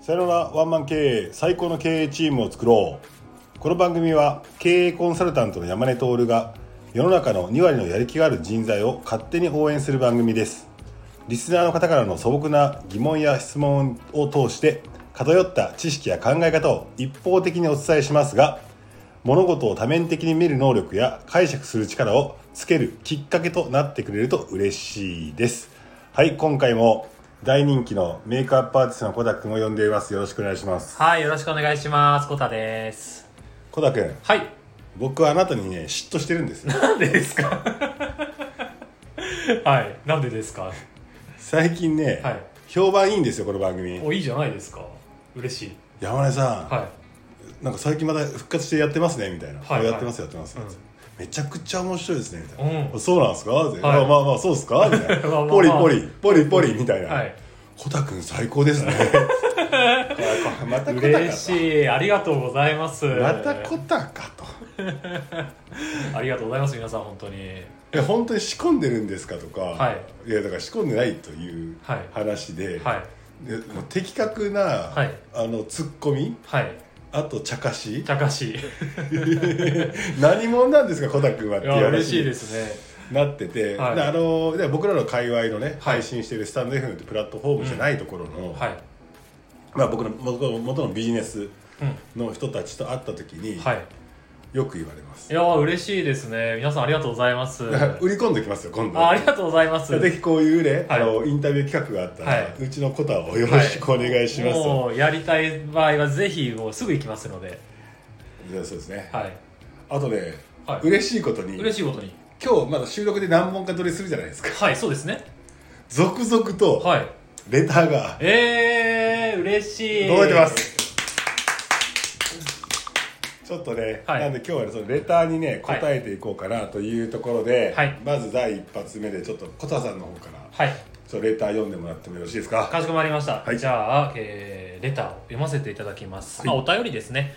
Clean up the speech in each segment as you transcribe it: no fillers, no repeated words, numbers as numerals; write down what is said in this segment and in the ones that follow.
さよならワンマン経営、最高の経営チームを作ろう。この番組は経営コンサルタントの山根徹が世の中の2割のやる気がある人材を勝手に応援する番組です。リスナーの方からの素朴な疑問や質問を通して偏った知識や考え方を一方的にお伝えしますが、物事を多面的に見る能力や解釈する力をつけるきっかけとなってくれると嬉しいです。はい、今回も大人気のメイクアップアーティストの小田くんを呼んでいます。よろしくお願いします。 はい、よろしくお願いします。小田です。 小田くん、 はい。 僕はあなたにね嫉妬してるんですよ。 なんでですかはい、なんでですか。 最近ね、 はい、 評判いいんですよこの番組。 いいじゃないですか。嬉しい。 山根さん、 はい、 なんか最近また復活してやってますねみたいな、 はい、 やってます、うん、めちゃくちゃ面白いですねみたいな、 うん、 そうなんですか、はい、まあそうですかみたいなまあポリポリみたいな、 はい、 小田くん最高ですねまた小田か嬉しい、ありがとうございます。 また小田かとありがとうございます。皆さん本当に本当に仕込んでるんですかとか、 はい、 いやだから仕込んでないという話で、 はい、 でもう的確な、 はい、 ツッコミ、 はい、 あと茶化し何者なんですか小田君はっていう話嬉しいですねなってて、 はい、 で僕らの界隈のね、 はい、 配信しているスタンド FM ってプラットフォームじゃないところの、 うん、はい、 まあ、僕の元のビジネスの人たちと会った時に、はい、よく言われます。 いや嬉しいですね。皆さんありがとうございます。 売り込んできますよ今度。 ありがとうございます。 ぜひこういうね、 はい、 インタビュー企画があったら、はい、うちのコタをよろしくお願いします。 もうやりたい場合はぜひもうすぐ行きますので。 そうですね。 はい。 あとね、 はい、 嬉しいことに今日まだ収録で何本か撮りするじゃないですか。 はい、そうですね。 続々とレターが、 はい、嬉しい。 届いてます。ちょっとね、はい、なんで今日は、ね、そのレターにね答えていこうかなというところで、はい、まず第一発目でちょっとコタさんの方から、はい、ちょっとレター読んでもらってもよろしいですか。 かしこまりました。はい、じゃあ、レターを読ませていただきます。はい、まあ、お便りですね。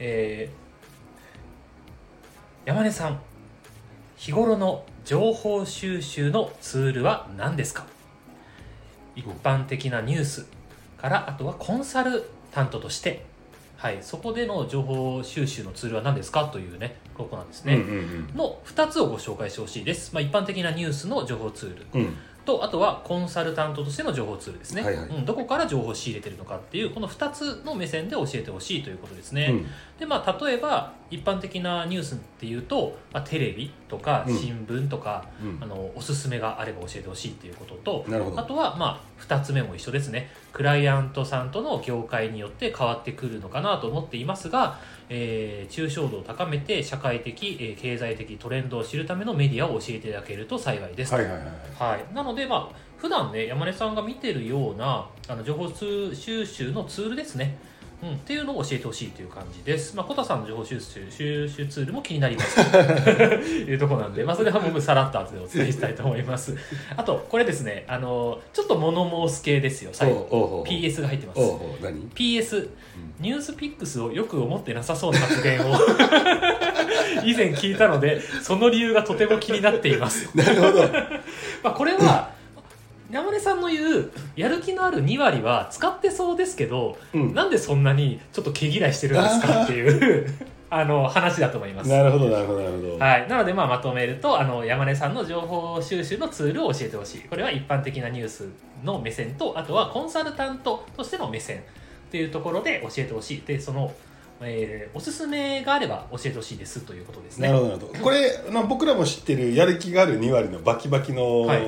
山根さん、日頃の情報収集のツールは何ですか。一般的なニュースからあとはコンサルタントとして、はい、そこでの情報収集のツールは何ですかというねここなんですね、の2つをご紹介してほしいです。まあ、一般的なニュースの情報ツール、とあとはコンサルタントとしての情報ツールですね、はいはい、どこから情報を仕入れてるのかっていうこの2つの目線で教えてほしいということですね、で、まあ、例えば一般的なニュースっていうと、まあ、テレビとか新聞とか、おすすめがあれば教えてほしいっていうことと、あとはまあ2つ目も一緒ですね。クライアントさんとの業界によって変わってくるのかなと思っていますが、抽象度を高めて社会的、経済的トレンドを知るためのメディアを教えていただけると幸いですと。なので、まあ、普段ね山根さんが見てるような情報収集のツールですね、っていうのを教えてほしいという感じです。まあ、小田さんの情報収集ツールも気になりますというところなんで、まあ、それは僕さらっと後でお伝えしたいと思います。あとこれですね、ちょっと物申す系ですよ。最後 PS が入ってます。 何 PS、ニュースピックスをよく思ってなさそうな発言を以前聞いたのでその理由がとても気になっています。 なるほどまあこれは山根さんの言うやる気のある2割は使ってそうですけど、なんでそんなにちょっと毛嫌いしてるんですかっていう話だと思います。 なるほど、 はい、なのでまとめると山根さんの情報収集のツールを教えてほしい。これは一般的なニュースの目線とあとはコンサルタントとしての目線っていうところで教えてほしい。でそのおすすめがあれば教えてほしいですということですね。 なるほど。これ僕らも知ってるやる気がある2割のバキバキの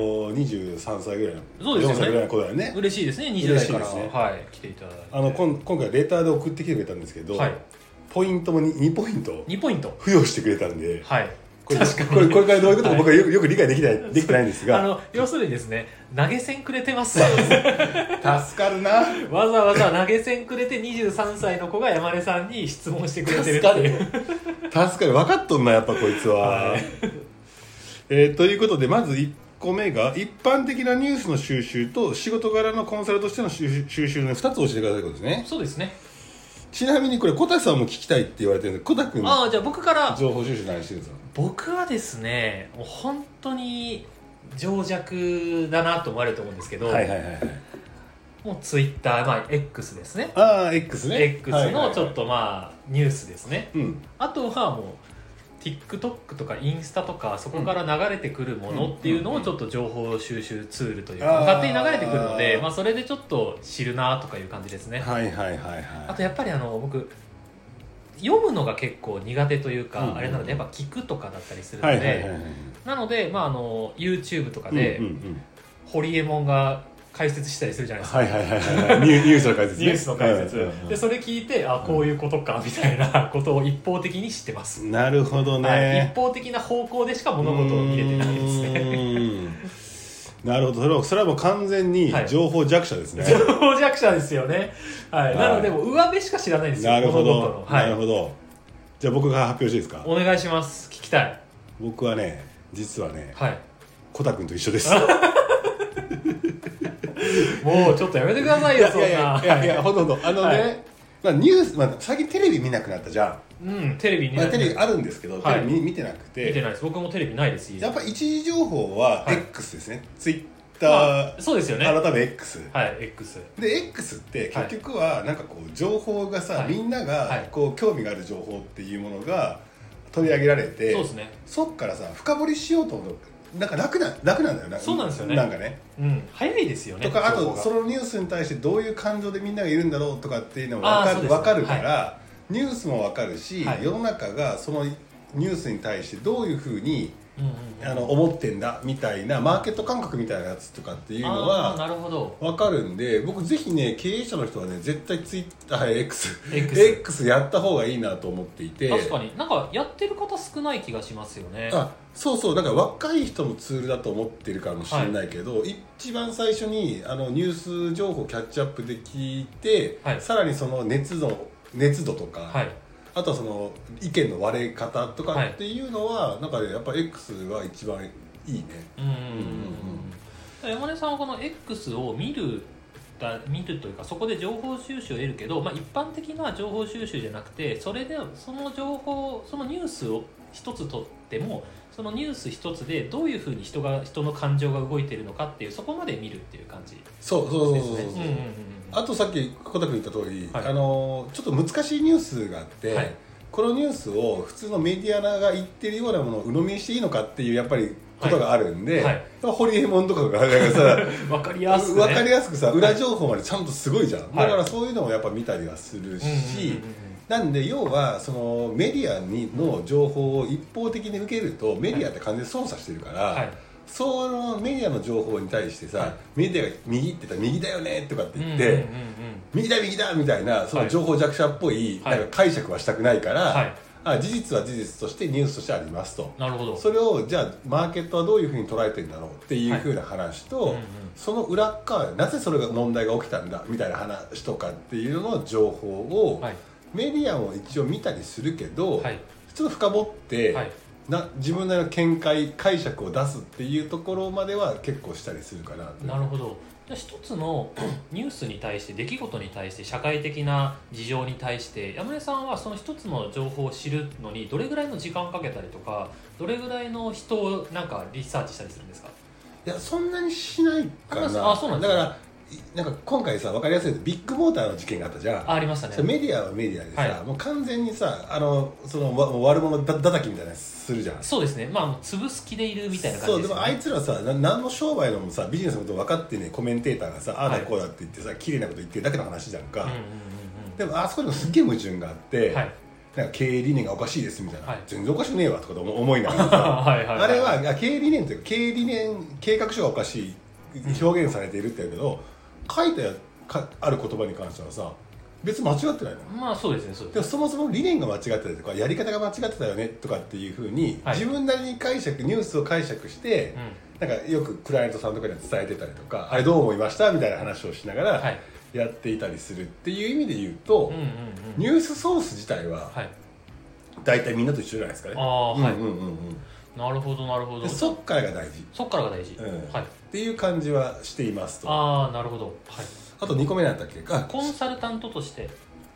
23歳ぐらいの、4歳ぐらいの子だよね。 嬉しいですね。20代から、はい、来ていただいて今回レターで送ってきてくれたんですけど、はい、ポイントも2ポイント付与してくれたんで、はい、これからどういうことか僕はよく理解できてないんですが要するにですね、投げ銭くれてます助かるな。 わざわざ投げ銭くれて23歳の子が山根さんに質問してくれてるっていう助かる分かっとんなやっぱこいつは、はい、ということでまず1個目が一般的なニュースの収集と仕事柄のコンサルとしての収集の2つ教えてくださいということですね。 そうですね。 ちなみにこれ小田さんも聞きたいって言われてるんで、小田君じゃあ僕から情報収集何してるんですか。 僕はですね、もう本当に情弱だなと思われると思うんですけど、 もうツイッター、まあ、X ですね。 ああ X ね。 X のちょっとまあニュースですね。 うん、 あとはもう TikTok とかインスタとかそこから流れてくるものっていうのをちょっと情報収集ツールというか勝手に流れてくるので、まあ、それでちょっと知るなとかいう感じですね。 はいはいはいはい。 あとやっぱり僕読むのが結構苦手というか、 うんあれなのでやっぱ聞くとかだったりするので、 はいはいはいはい。 なので、まあ、YouTube とかで、 うんうんうん、 ホリエモンが解説したりするじゃないですか。 はいはいはいはいニュースの解説ね。 ニュースの解説、 うんうんうん、 でそれ聞いてこういうことかみたいなことを一方的に知ってます。 なるほどね、 はい、一方的な方向でしか物事を見れてないですね。なるほど、それはもう完全に情報弱者ですね、 はい、情報弱者ですよね、はい、なのでもう上辺しか知らないんですよ。 なるほど、 物事の、はい、 なるほど。じゃあ僕が発表していいですか。 お願いします、聞きたい。 僕はね実はね、 はい、 コタ君と一緒ですもうちょっとやめてくださいよ。そんな。 いやほとんどね、はい、まあ、ニュース、まあ、最近テレビ見なくなったじゃん。 うん、テレビに、 まあ、テレビあるんですけど、 はい、 テレビ見てなくて。 見てないです。僕もテレビないです。 やっぱ一時情報は X ですね、はい、ツイッター、 まあ、そうですよね。 改め X、 はい、X で X って結局はなんかこう情報がさ、はい、みんながこう興味がある情報っていうものが取り上げられて、 そうですね、 そっからさ深掘りしようと思うとなんか楽なんだよな。 そうなんですよね。 なんかね、 うん、早いですよね。 とかあとそのニュースに対してどういう感情でみんながいるんだろうとかっていうのも分かるから、はい、ニュースも分かるし、はい、世の中がそのニュースに対してどういうふうに思ってんだみたいなマーケット感覚みたいなやつとかっていうのは分かるんで、僕ぜひね経営者の人はね絶対ツイッター X やった方がいいなと思っていて。 確かになんかやってる方少ない気がしますよね。 そうだから若い人のツールだと思ってるかもしれないけど、はい、一番最初にニュース情報キャッチアップで聞いて、はい、さらにその熱度とか、はい、あとはその意見の割れ方とかっていうのは、はい、なんかねやっぱ X は一番いいね。 山根さんはこの X を見るというかそこで情報収集を得るけど、まあ、一般的な情報収集じゃなくてそれでそのニュースを一つとってもそのニュース一つでどういうふうに人の感情が動いているのかっていうそこまで見るっていう感じですね。そうあとさっき小田君言った通り、はい、ちょっと難しいニュースがあって、はい、このニュースを普通のメディアが言ってるようなものを鵜呑みにしていいのかっていうやっぱりことがあるんで、はい、ホリエモンとかがさ分かりやすくさ裏情報までちゃんとすごいじゃん、はい、だからそういうのをやっぱ見たりはするし、なんで要はそのメディアの情報を一方的に受けるとメディアって完全に操作してるから、はい、そのメディアの情報に対してさ、はい、メディアが右って言ったら右だよねとかって言って、右だみたいなその情報弱者っぽいなんか解釈はしたくないから、はい、事実は事実としてニュースとしてありますと。 なるほど。 それをじゃあマーケットはどういうふうに捉えてるんだろうっていうふうな話と、その裏側なぜそれが問題が起きたんだみたいな話とかっていうのの情報を、はい、メディアも一応見たりするけど、はい、ちょっと深掘って、はい、自分なりの見解解釈を出すっていうところまでは結構したりするかな。 なるほど。じゃあ一つのニュースに対して出来事に対して社会的な事情に対して山根さんはその一つの情報を知るのにどれぐらいの時間をかけたりとかどれぐらいの人をなんかリサーチしたりするんですか？ いやそんなにしないかな。 そうなんですか。 だからなんか今回さ分かりやすいとビッグモーターの事件があったじゃん。 ありましたね。 メディアはメディアでさ、はい、もう完全にさその悪者だたきみたいなやつするじゃん。 そうですね。まあ潰す気でいるみたいな感じですね。 そうでもあいつらさ何の商売のもさビジネスのこと分かってねコメンテーターがさああだこうだって言ってさ綺麗なこと言ってるだけの話じゃんか。でもあそこでもすっげえ矛盾があって。はい、なんか経営理念がおかしいですみたいな、はい、全然おかしくねえわとか思いながらさあれは経営理念というか経営理念計画書がおかしい表現されているって言うけど書いてある言葉に関してはさ別に間違ってないの。 まあそうですね。 でもそもそも理念が間違ってたりとかやり方が間違ってたよねとかっていうふうに、はい、自分なりにニュースを解釈して、なんかよくクライアントさんとかには伝えてたりとか、あれどう思いましたみたいな話をしながらやっていたりするっていう意味で言うと、ニュースソース自体は大体みんなと一緒じゃないですかね。 なるほどなるほど。 そっからが大事。 はい。 っていう感じはしていますと。 ああなるほど。はい。 あと2個目なんだっけか。 コンサルタントとして。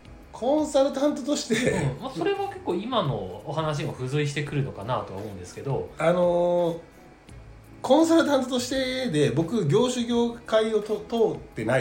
まあ、それは結構今のお話も付随してくるのかなとは思うんですけど。 コンサルタントとしてで僕業種業界を通ってない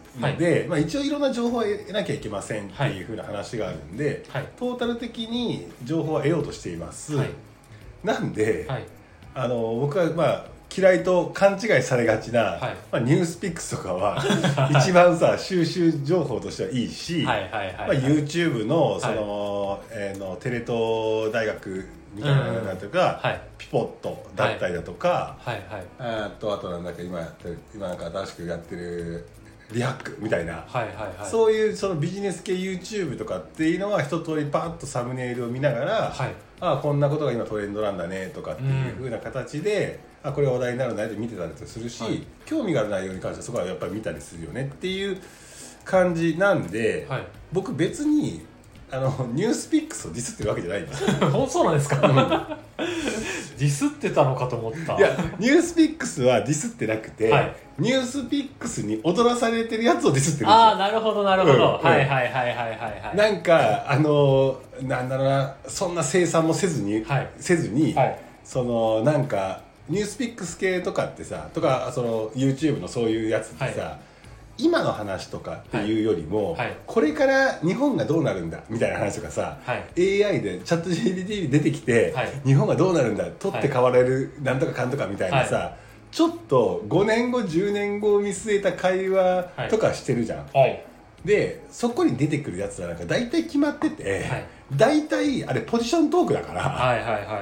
ので、まあ、一応いろんな情報を得なきゃいけませんっていう風な話があるんで、トータル的に情報は得ようとしています、なんで、僕はまあ嫌いと勘違いされがちな、まあ、ニュースピックスとかは一番さ収集情報としてはいいし、まあ、YouTube のその、テレ東大学みたいなのだとか、ピポットだったりだとか、あとなんだっけ今なんか新しくやってるリハックみたいな、そういうそのビジネス系 YouTube とかっていうのは一通りパッとサムネイルを見ながら、あこんなことが今トレンドなんだねとかっていう風な形で、あこれが話題になるんだねって見てたりするし、興味がある内容に関してはそこはやっぱり見たりするよねっていう感じなんで、僕別にニュースピックスをディスってるわけじゃないんですよそうなんですか、ディスってたのかと思った。 いやニュースピックスはディスってなくて、ニュースピックスに踊らされてるやつをディスってるんですよ。 ああなるほどなるほど、 なんかなんだろうな、そんな生産もせずに、そのなんかニュースピックス系とかってさとかその YouTube のそういうやつってさ、今の話とかっていうよりも、これから日本がどうなるんだみたいな話とかさ、AI でチャット GPT 出てきて、日本がどうなるんだ取って代われるなんとかかんとかみたいなさ、ちょっと5年後10年後を見据えた会話とかしてるじゃん、でそこに出てくるやつはなんか大体決まってて、大体あれポジショントークだから、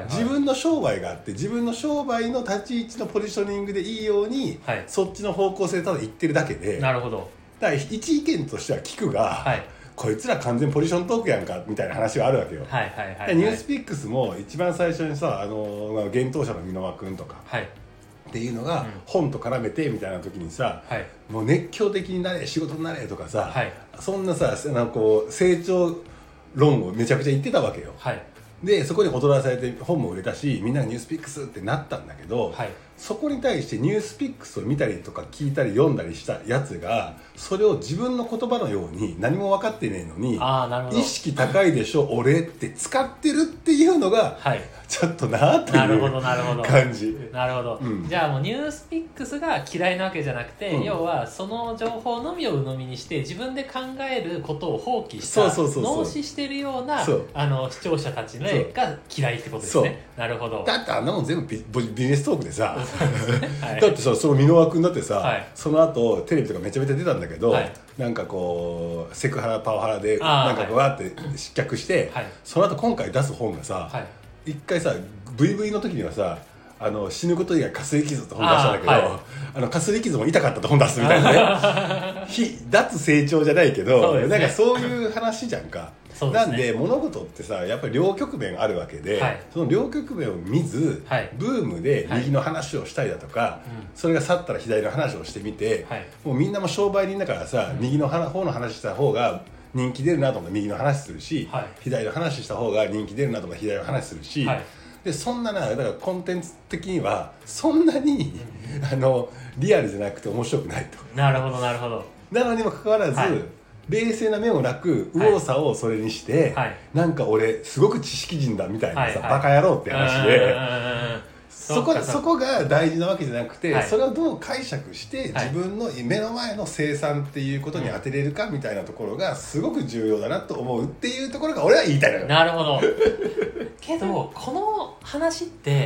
自分の商売があって自分の商売の立ち位置のポジショニングでいいように、そっちの方向性でただ言ってるだけで、 なるほど、 だから一意見としては聞くが、こいつら完全ポジショントークやんかみたいな話はあるわけよ。ニュースピックスも一番最初にさ幻冬舎の箕輪君とか、っていうのが本と絡めてみたいな時にさ、もう熱狂的になれ仕事になれとかさ、そんなさこう成長論をめちゃくちゃ言ってたわけよ、でそこに踊らされて本も売れたしみんながニュースピックスってなったんだけど、そこに対してニュースピックスを見たりとか聞いたり読んだりしたやつがそれを自分の言葉のように何も分かってねえのに意識高いでしょ俺って使ってるっていうのが、ちょっとなという感じ。 なるほど、じゃあもうニュースピックスが嫌いなわけじゃなくて、要はその情報のみを鵜呑みにして自分で考えることを放棄した脳死してるような視聴者たちが嫌いってことですね。なるほど。 だってあんなもん全部ビジネストークでさだってさその箕輪君だってさ、その後テレビとかめちゃめちゃ出たんだけど、なんかこうセクハラパワハラでなんかわーって失脚して、その後今回出す本がさ、一回さ VV の時にはさ死ぬこと以外かすり傷って本出したんだけど、かすり傷も痛かったと本出すみたいなね脱成長じゃないけど、なんかそういう話じゃんかなんで物事ってさやっぱり両局面あるわけで、その両局面を見ず、ブームで右の話をしたりだとか、それが去ったら左の話をしてみて、もうみんなも商売人だからさ、右の方の話した方が人気出るなと思ったら右の話するし、左の話した方が人気出るなと思ったら左の話するし、でそんなだからコンテンツ的にはそんなにリアルじゃなくて面白くないと。 なるほどなるほど。 なのにもかかわらず、冷静な目をなく右往左往それにして、なんか俺すごく知識人だみたいなさ、バカ野郎って話で、そこが大事なわけじゃなくて、それをどう解釈して自分の目の前の生産っていうことに当てれるかみたいなところがすごく重要だなと思うっていうところが俺は言いたいのよ。 なるほどけどこの話って、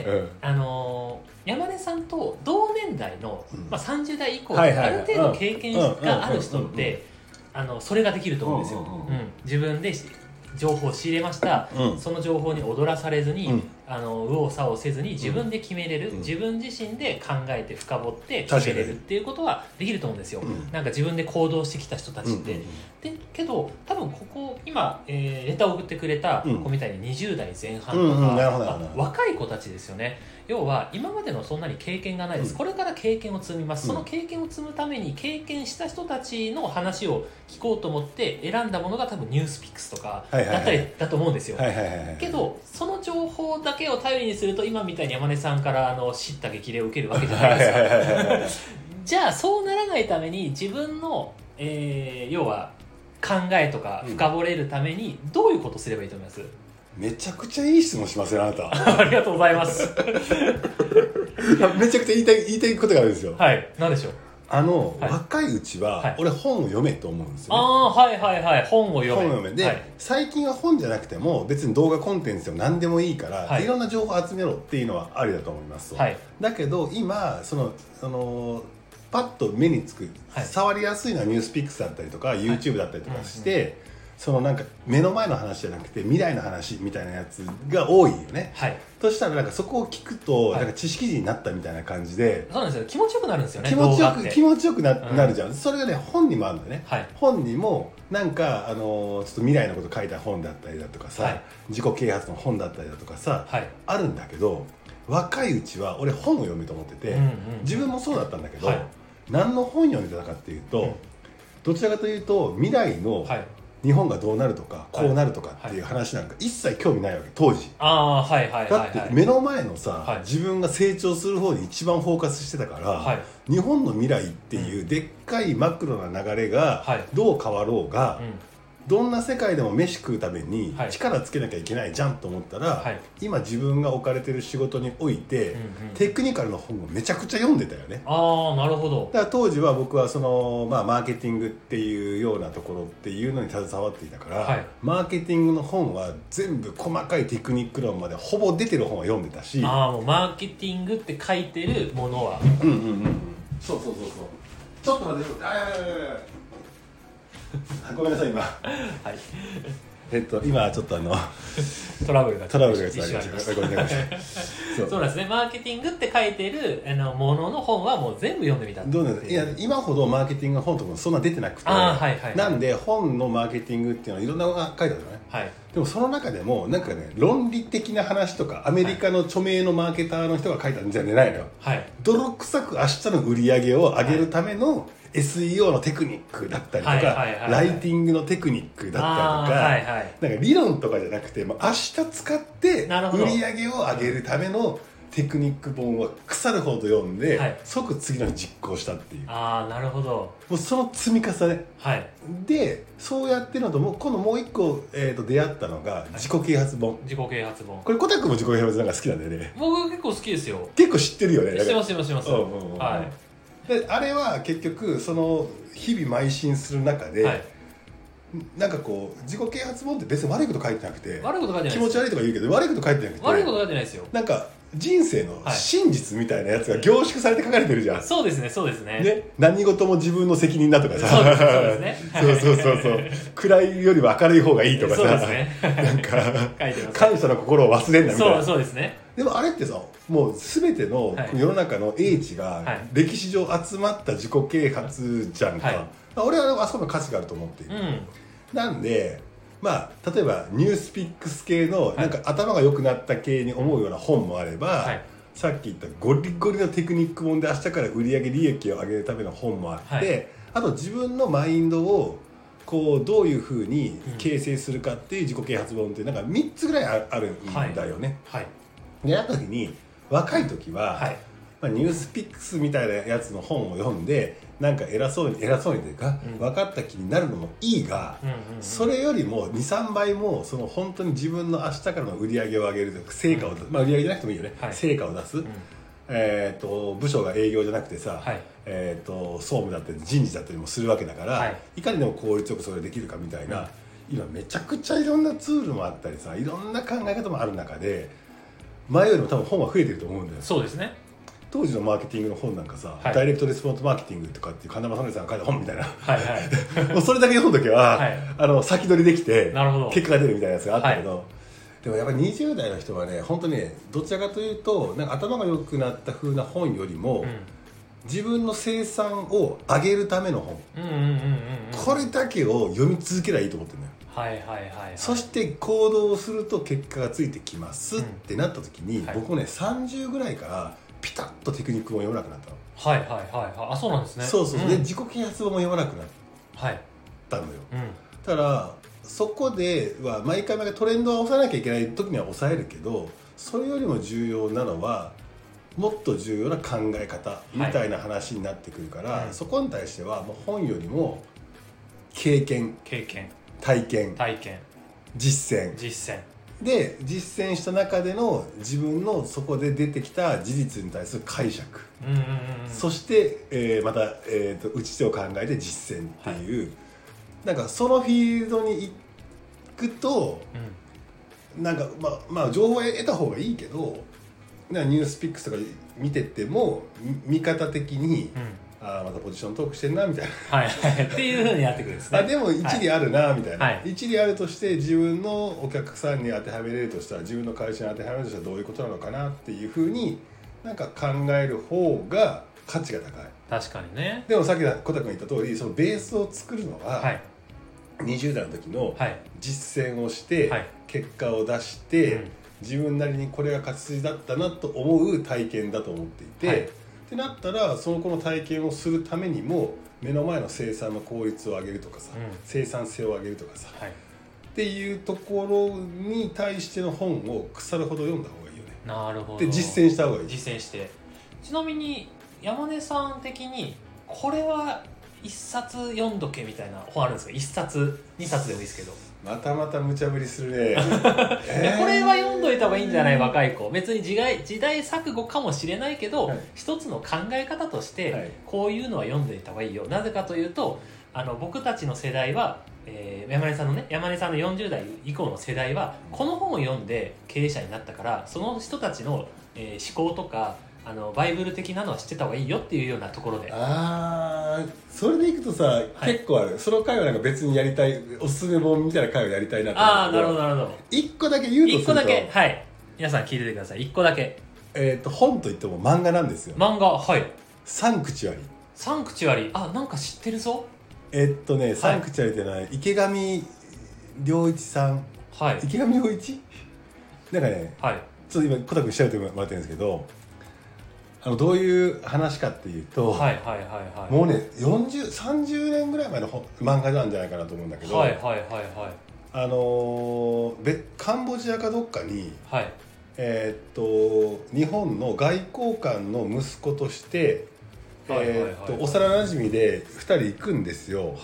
山根さんと同年代の、30代以降ある程度経験がある人ってそれができると思うんですよ。自分で情報を仕入れました、その情報に踊らされずに、右往左往せずに自分で決めれる、自分自身で考えて深掘って決めれるっていうことはできると思うんですよ。なんか自分で行動してきた人たちって、でけど多分ここ今、レターを送ってくれた子みたいに20代前半とか、若い子たちですよね。要は今までのそんなに経験がないです、これから経験を積みます、その経験を積むために経験した人たちの話を聞こうと思って選んだものが多分ニュースピックスとかだったりだと思うんですよ。けどその情報だけを頼りにすると今みたいに山根さんから叱咤激励を受けるわけじゃないですかじゃあそうならないために自分の、要は考えとか深掘れるためにどういうことすればいいと思います？ めちゃくちゃいい質問しますねあなたありがとうございますめちゃくちゃ言いたいことがあるんですよ。 はい、何でしょう。 はい若いうちは、 はい俺本を読めと思うんですよね。 はいはいはい、本を読め。 本を読めで、 はい、 最近は本じゃなくても別に動画コンテンツでも何でもいいから、 はい、 いろんな情報を集めろっていうのはありだと思います、 はい、 だけど今パッと目につく、 はい、 触りやすいのはニュースピックスだったりとか、YouTube だったりとかして、なんか目の前の話じゃなくて未来の話みたいなやつが多いよね、 はい、 そしたらなんかそこを聞くと、 はい、 なんか知識人になったみたいな感じで、 そうなんですよ、気持ちよくなるんですよね。 気持ちよくなるじゃん。それがね、本にもあるんだよね、 はい、 本にもなんかちょっと未来のこと書いた本だったりだとかさ、はい、自己啓発の本だったりだとかさ、はい、あるんだけど、若いうちは俺本を読むと思ってて、自分もそうだったんだけど、はい、何の本読んでたかっていうと、どちらかというと未来の、はい、日本がどうなるとかこうなるとかっていう話なんか一切興味ないわけ、当時。だって目の前のさ、はい、自分が成長する方に一番フォーカスしてたから、はい、日本の未来っていうでっかいマクロな流れがどう変わろうが、どんな世界でも飯食うために力つけなきゃいけないじゃんと思ったら、はい、今自分が置かれてる仕事において、テクニカルの本をめちゃくちゃ読んでたよね。 なるほど。 だから当時は僕はマーケティングっていうようなところっていうのに携わっていたから、はい、マーケティングの本は全部細かいテクニック論までほぼ出てる本は読んでたし、 もうマーケティングって書いてるものはそうちょっと待ってごめんなさい今はい今ちょっとトラブルがちょっとありました。ごめんなさい。 そうですね。マーケティングって書いてるものの本はもう全部読んでみた。 どうなんですか。いや今ほどマーケティングの本とかもそんな出てなくて、なんで本のマーケティングっていうのはいろんなのが書いてあるのね。はい。でもその中でもなんかね、論理的な話とかアメリカの著名のマーケターの人が書いたんじゃないのよ。はい。泥臭く明日の売り上げを上げるための、SEO のテクニックだったりとか、ライティングのテクニックだったりとか、なんか理論とかじゃなくて、もう明日使って売り上げを上げるためのテクニック本は腐るほど読んで、はい、即次の日実行したっていう。 なるほど。 もうその積み重ね、はい、でそうやってるのと今度もう一個、出会ったのが自己啓発本。 自己啓発本。 これコタ君も自己啓発なんか好きなんだよね。 僕結構好きですよ。 結構知ってるよね。 知ってます。 はい。であれは結局その日々邁進する中で、はい、なんかこう自己啓発本って別に悪いこと書いてなくて、気持ち悪いとか言うけど悪いこと書いてなくて、 悪いこと書いてないですよ。 なんか人生の真実みたいなやつが凝縮されて書かれてるじゃん。 そうですね。 何事も自分の責任だとかさ、 そうですね。 そう暗いよりは明るい方がいいとかさ、なんか感謝の心を忘れんなみたいな。 そうですね。 でもあれってさ、もう全ての世の中の英知が歴史上集まった自己啓発じゃんか、はい、俺はあそこの価値があると思っている、なんで例えばニュースピックス系のなんか頭が良くなった系に思うような本もあれば、はい、さっき言ったゴリゴリのテクニック本で明日から売上利益を上げるための本もあって、はい、あと自分のマインドをこうどういうふうに形成するかっていう自己啓発本ってなんか3つぐらいあるんだよね、はいはい、であった時に若い時は、はい、ニュースピックスみたいなやつの本を読んでなんか偉そうにというか、分かった気になるのもいいが、それよりも 2,3 倍もその本当に自分の明日からの売り上げを上げる成果を出す、売り上げじゃなくてもいいよね、はい、成果を出す、部署が営業じゃなくてさ、はい、総務だったり人事だったりもするわけだから、はい、いかにでも効率よくそれができるかみたいな、今めちゃくちゃいろんなツールもあったりさ、いろんな考え方もある中で前よりも多分本は増えてると思うんだよ。 そうですね。 当時のマーケティングの本なんかさ、はい、ダイレクトレスポンスマーケティングとかっていう金間さんが書いた本みたいな、もうそれだけ読むときは、はい、先取りできて結果が出るみたいなやつがあったけど、はい、でもやっぱり20代の人はね、本当にね、どちらかというとなんか頭が良くなった風な本よりも、自分の生産を上げるための本、これだけを読み続ければいいと思ってるんだよ。そして行動をすると結果がついてきますってなった時に、僕もね30ぐらいからピタッとテクニックも読まなくなったの。 そうなんですね。 そう、で自己啓発本も読まなくなったのよ、だからそこでは毎回トレンドは抑えなきゃいけない時には抑えるけど、それよりも重要なのはもっと重要な考え方みたいな話になってくるから、そこに対してはもう本よりも経験、体験、実践で実践した中での自分のそこで出てきた事実に対する解釈、そして、また、打ち手を考えて実践っていう、なんかそのフィールドに行くと、なんかまあ情報を得た方がいいけど、なんかニュースピックスとか見てても見方的に、またポジショントークしてんなみたいな、 っていう風にやってくるんですね。 でも一理あるなみたいな、一理あるとして自分のお客さんに当てはめれるとしたら、自分の会社に当てはめるとしたらどういうことなのかなっていう風になんか考える方が価値が高い。 確かにね。 でもさっき小田君言った通り、そのベースを作るのは、20代の時の実践をして、結果を出して、自分なりにこれが勝ち筋だったなと思う体験だと思っていて、ってなったらその子の体験をするためにも目の前の生産の効率を上げるとかさ、生産性を上げるとかさ、っていうところに対しての本を腐るほど読んだ方がいいよね。 なるほど。 で実践した方がいい。 実践して。ちなみに山根さん的にこれは一冊読んどけみたいな本あるんですか？一冊二冊でもいいですけど。 また無茶ぶりするね。 これは読んどいた方がいいんじゃない？若い子。別に時代錯誤かもしれないけど、一つの考え方として、こういうのは読んでいた方がいいよ。なぜかというと、僕たちの世代は、山根さんの40代以降の世代はこの本を読んで経営者になったから、その人たちの、思考とかバイブル的なのは知ってた方がいいよっていうようなところで。 それでいくとさ、結構ある。その回はなんか別にやりたい、おすすめ本みたいな回をやりたいなと思って。 なるほどなるほど。 1個だけ言うとすると、1個だけ、 皆さん聞いててください。1個だけ。 本といっても漫画なんですよ。 漫画、 サンクチュアリ。 サンクチュアリ、なんか知ってるぞ。 サンクチュアリっていうのは池上良一さん、池上良一なんかね、ちょっと今小田君調べてもらってるんですけど、どういう話かっていうと、もうね30年ぐらい前の漫画なんじゃないかなと思うんだけど、カンボジアかどっかに、日本の外交官の息子として幼なじみで2人行くんですよ。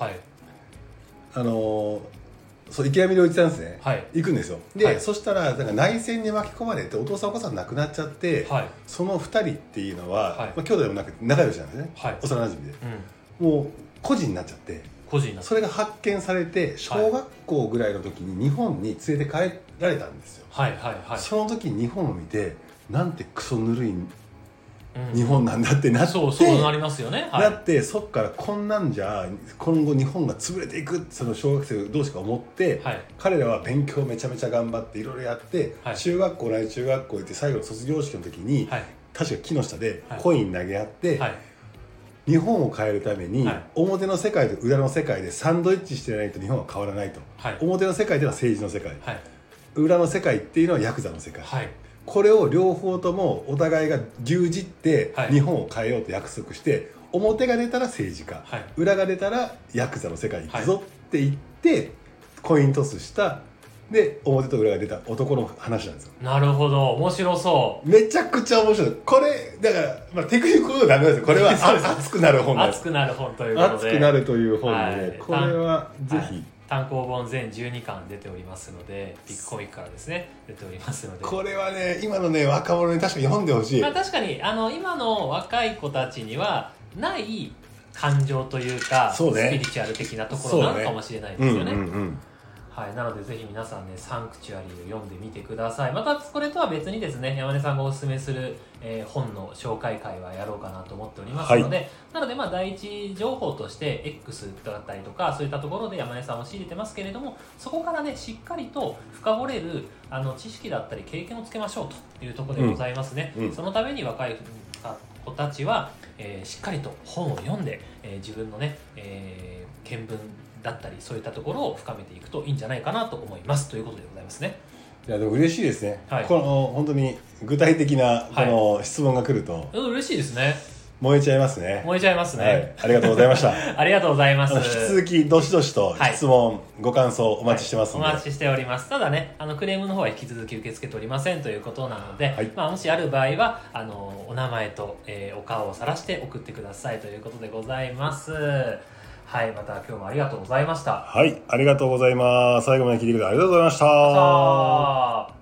そう池上良一さんですね、行くんですよ。で、そしたらなんか内戦に巻き込まれてお父さんお母さん亡くなっちゃって、その2人っていうのは、兄弟でもなくて仲良しなんですね、幼なじみで、もう孤児になっちゃって、それが発見されて小学校ぐらいの時に日本に連れて帰られたんですよ。その時に日本を見て、なんてクソぬるい日本なんだってなって、 そうなりますよね。 なって、そっからこんなんじゃ今後日本が潰れていくって、その小学生同士が思って、彼らは勉強めちゃめちゃ頑張っていろいろやって、同じ中学校行って最後の卒業式の時に、確か木の下でコイン投げ合って、日本を変えるために、表の世界と裏の世界でサンドイッチしてないと日本は変わらないと、表の世界では政治の世界、裏の世界っていうのはヤクザの世界、これを両方ともお互いが牛耳って日本を変えようと約束して、表が出たら政治家、裏が出たらヤクザの世界行くぞって言ってコイントスした。で、表と裏が出た男の話なんですよ。 なるほど、面白そう。 めちゃくちゃ面白い。これだから、テクニックはダメですよ。これは熱くなる本です。 熱くなる本ということで、 熱くなるという本で、これはぜひ、 単行本全12巻出ておりますので、ビッグコミックからですね出ておりますので、 これはね、今のね若者に確かに読んでほしい。 確かに今の若い子たちにはない感情というか、スピリチュアル的なところなのかもしれないですよね。なのでぜひ皆さんね、サンクチュアリーを読んでみてください。またこれとは別にですね、山根さんがおすすめする、本の紹介会はやろうかなと思っておりますので、なので第一情報として X だったりとか、そういったところで山根さんを仕入れてますけれども、そこからねしっかりと深掘れる知識だったり経験をつけましょうというところでございますね。そのために若い子たちは、しっかりと本を読んで、自分のね、見聞だったりそういったところを深めていくといいんじゃないかなと思いますということでございますね。 いやでも嬉しいですね、この本当に具体的なこの質問が来ると、 嬉しいですね。 燃えちゃいますね。 燃えちゃいますね、 ありがとうございましたありがとうございます。 引き続きどしどしと質問、ご感想お待ちしてますので、 お待ちしております。ただね、クレームの方は引き続き受け付けておりませんということなので、もしある場合はお名前と、お顔を晒して送ってくださいということでございます。 はい、また今日もありがとうございました。 はい、ありがとうございます。最後まで聞いてくれてありがとうございました。 さあ